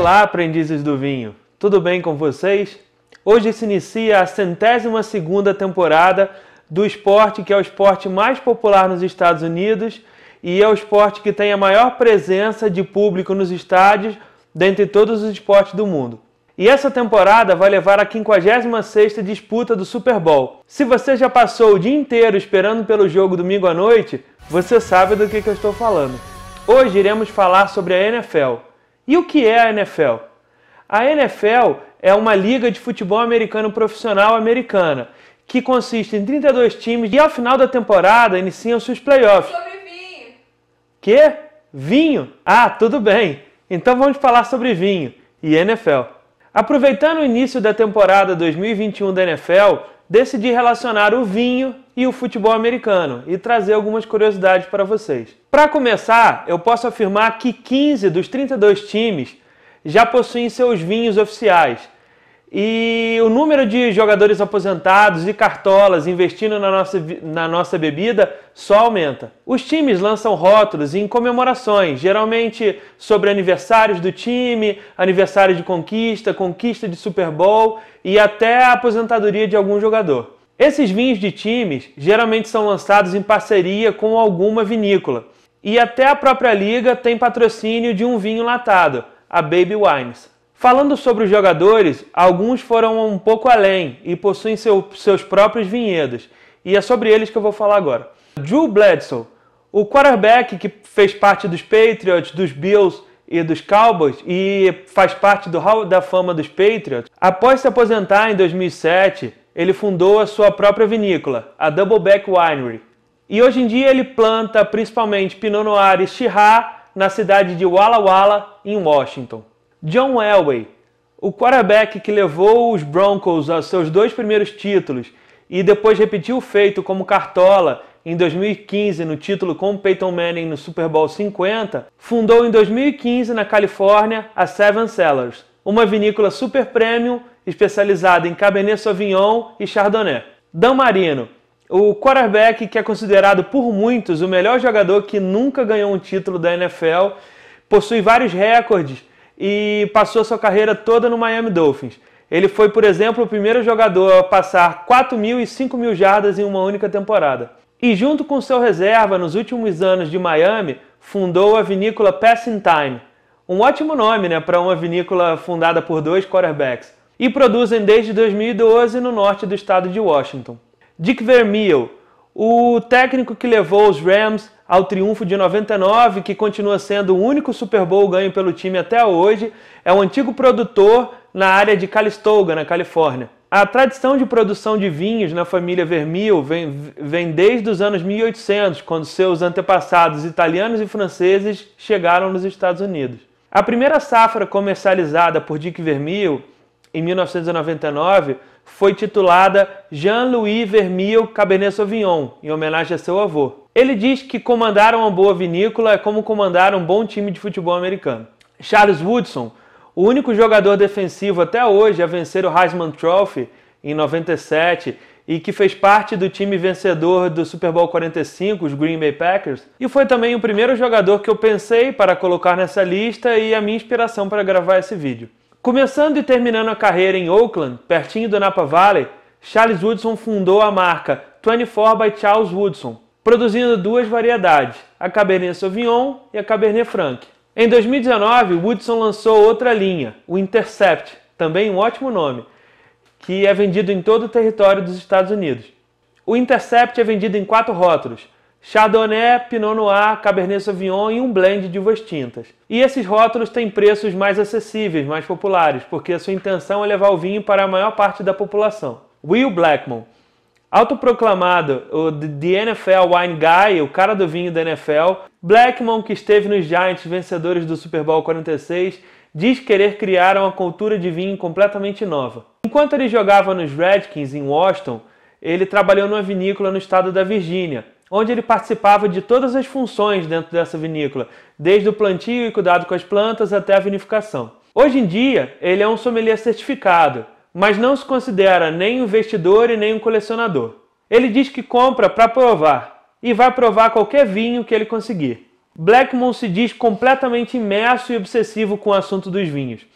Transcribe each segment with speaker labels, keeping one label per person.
Speaker 1: Olá, aprendizes do vinho! Tudo bem com vocês? Hoje se inicia a 102ª temporada do esporte que é o esporte mais popular nos Estados Unidos e é o esporte que tem a maior presença de público nos estádios dentre todos os esportes do mundo. E essa temporada vai levar a 56ª disputa do Super Bowl. Se você já passou o dia inteiro esperando pelo jogo domingo à noite, você sabe do que eu estou falando. Hoje iremos falar sobre a NFL. E o que é a NFL? A NFL é uma liga de futebol americano profissional americana, que consiste em 32 times e ao final da temporada iniciam seus playoffs.
Speaker 2: Sobre vinho.
Speaker 1: Quê? Vinho? Ah, tudo bem. Então vamos falar sobre vinho e NFL. Aproveitando o início da temporada 2021 da NFL, decidi relacionar o vinho e o futebol americano e trazer algumas curiosidades para vocês. Para começar, eu posso afirmar que 15 dos 32 times já possuem seus vinhos oficiais. E o número de jogadores aposentados e cartolas investindo na nossa bebida só aumenta. Os times lançam rótulos em comemorações, geralmente sobre aniversários do time, aniversário de conquista, conquista de Super Bowl e até a aposentadoria de algum jogador. Esses vinhos de times geralmente são lançados em parceria com alguma vinícola. E até a própria liga tem patrocínio de um vinho latado, a Baby Wines. Falando sobre os jogadores, alguns foram um pouco além e possuem seus próprios vinhedos. E é sobre eles que eu vou falar agora. Drew Bledsoe, o quarterback que fez parte dos Patriots, dos Bills e dos Cowboys e faz parte do Hall da Fama dos Patriots, após se aposentar em 2007, ele fundou a sua própria vinícola, a Doubleback Winery. E hoje em dia ele planta principalmente Pinot Noir e Shiraz na cidade de Walla Walla, em Washington. John Elway, o quarterback que levou os Broncos aos seus 2 primeiros títulos e depois repetiu o feito como cartola em 2015 no título com Peyton Manning no Super Bowl 50, fundou em 2015 na Califórnia a Seven Cellars, uma vinícola super premium especializada em Cabernet Sauvignon e Chardonnay. Dan Marino, o quarterback que é considerado por muitos o melhor jogador que nunca ganhou um título da NFL, possui vários recordes e passou sua carreira toda no Miami Dolphins. Ele foi, por exemplo, o primeiro jogador a passar 4.000 e 5.000 jardas em uma única temporada. E junto com seu reserva, nos últimos anos de Miami, fundou a vinícola Passing Time. Um ótimo nome, né, para uma vinícola fundada por 2 quarterbacks. E produzem desde 2012 no norte do estado de Washington. Dick Vermeil, o técnico que levou os Rams ao triunfo de 99, que continua sendo o único Super Bowl ganho pelo time até hoje, é um antigo produtor na área de Calistoga, na Califórnia. A tradição de produção de vinhos na família Vermeil vem desde os anos 1800, quando seus antepassados italianos e franceses chegaram nos Estados Unidos. A primeira safra comercializada por Dick Vermeil, em 1999, foi titulada Jean-Louis Vermeil Cabernet Sauvignon, em homenagem a seu avô. Ele diz que comandar uma boa vinícola é como comandar um bom time de futebol americano. Charles Woodson, o único jogador defensivo até hoje a vencer o Heisman Trophy em 97 e que fez parte do time vencedor do Super Bowl 45, os Green Bay Packers, e foi também o primeiro jogador que eu pensei para colocar nessa lista e a minha inspiração para gravar esse vídeo. Começando e terminando a carreira em Oakland, pertinho do Napa Valley, Charles Woodson fundou a marca 24 by Charles Woodson, produzindo 2 variedades, a Cabernet Sauvignon e a Cabernet Franc. Em 2019, Woodson lançou outra linha, o Intercept, também um ótimo nome, que é vendido em todo o território dos Estados Unidos. O Intercept é vendido em 4 rótulos, Chardonnay, Pinot Noir, Cabernet Sauvignon e um blend de uvas tintas. E esses rótulos têm preços mais acessíveis, mais populares, porque a sua intenção é levar o vinho para a maior parte da população. Will Blackmon, autoproclamado o The NFL Wine Guy, o cara do vinho da NFL, Blackmon, que esteve nos Giants vencedores do Super Bowl 46, diz querer criar uma cultura de vinho completamente nova. Enquanto ele jogava nos Redskins em Washington, ele trabalhou numa vinícola no estado da Virgínia, onde ele participava de todas as funções dentro dessa vinícola, desde o plantio e cuidado com as plantas até a vinificação. Hoje em dia, ele é um sommelier certificado, mas não se considera nem um investidor e nem um colecionador. Ele diz que compra para provar, e vai provar qualquer vinho que ele conseguir. Blackmon se diz completamente imerso e obsessivo com o assunto dos vinhos.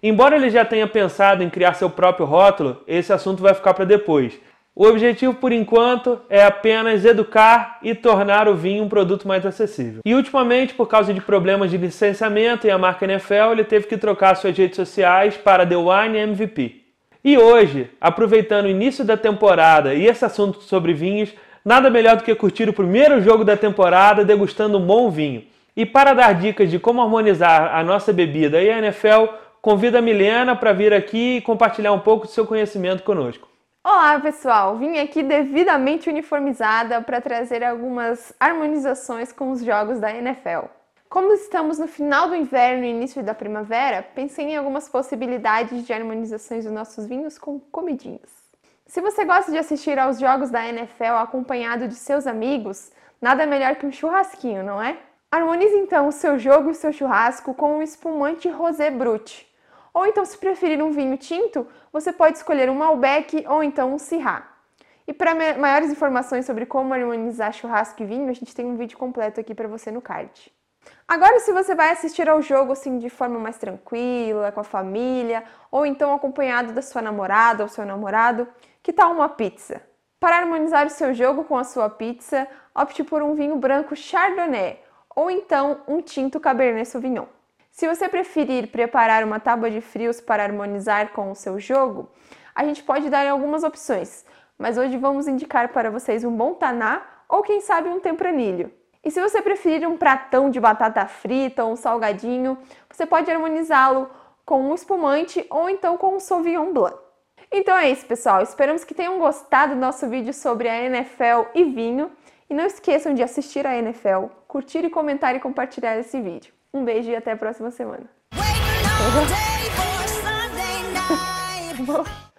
Speaker 1: Embora ele já tenha pensado em criar seu próprio rótulo, esse assunto vai ficar para depois. O objetivo, por enquanto, é apenas educar e tornar o vinho um produto mais acessível. E, ultimamente, por causa de problemas de licenciamento e a marca NFL, ele teve que trocar suas redes sociais para The Wine MVP. E hoje, aproveitando o início da temporada e esse assunto sobre vinhos, nada melhor do que curtir o primeiro jogo da temporada degustando um bom vinho. E para dar dicas de como harmonizar a nossa bebida e a NFL, convido a Milena para vir aqui e compartilhar um pouco do seu conhecimento conosco.
Speaker 2: Olá pessoal, vim aqui devidamente uniformizada para trazer algumas harmonizações com os jogos da NFL. Como estamos no final do inverno e início da primavera, pensei em algumas possibilidades de harmonizações dos nossos vinhos com comidinhas. Se você gosta de assistir aos jogos da NFL acompanhado de seus amigos, nada melhor que um churrasquinho, não é? Harmonize então o seu jogo e o seu churrasco com um espumante Rosé Brut. Ou então, se preferir um vinho tinto, você pode escolher um Malbec ou então um Syrah. E para maiores informações sobre como harmonizar churrasco e vinho, a gente tem um vídeo completo aqui para você no card. Agora, se você vai assistir ao jogo assim de forma mais tranquila, com a família, ou então acompanhado da sua namorada ou seu namorado, que tal uma pizza? Para harmonizar o seu jogo com a sua pizza, opte por um vinho branco Chardonnay, ou então um tinto Cabernet Sauvignon. Se você preferir preparar uma tábua de frios para harmonizar com o seu jogo, a gente pode dar algumas opções, mas hoje vamos indicar para vocês um bom taná ou quem sabe um tempranilho. E se você preferir um pratão de batata frita ou um salgadinho, você pode harmonizá-lo com um espumante ou então com um Sauvignon Blanc. Então é isso, pessoal. Esperamos que tenham gostado do nosso vídeo sobre a NFL e vinho. E não esqueçam de assistir a NFL, curtir e comentar e compartilhar esse vídeo. Um beijo e até a próxima semana.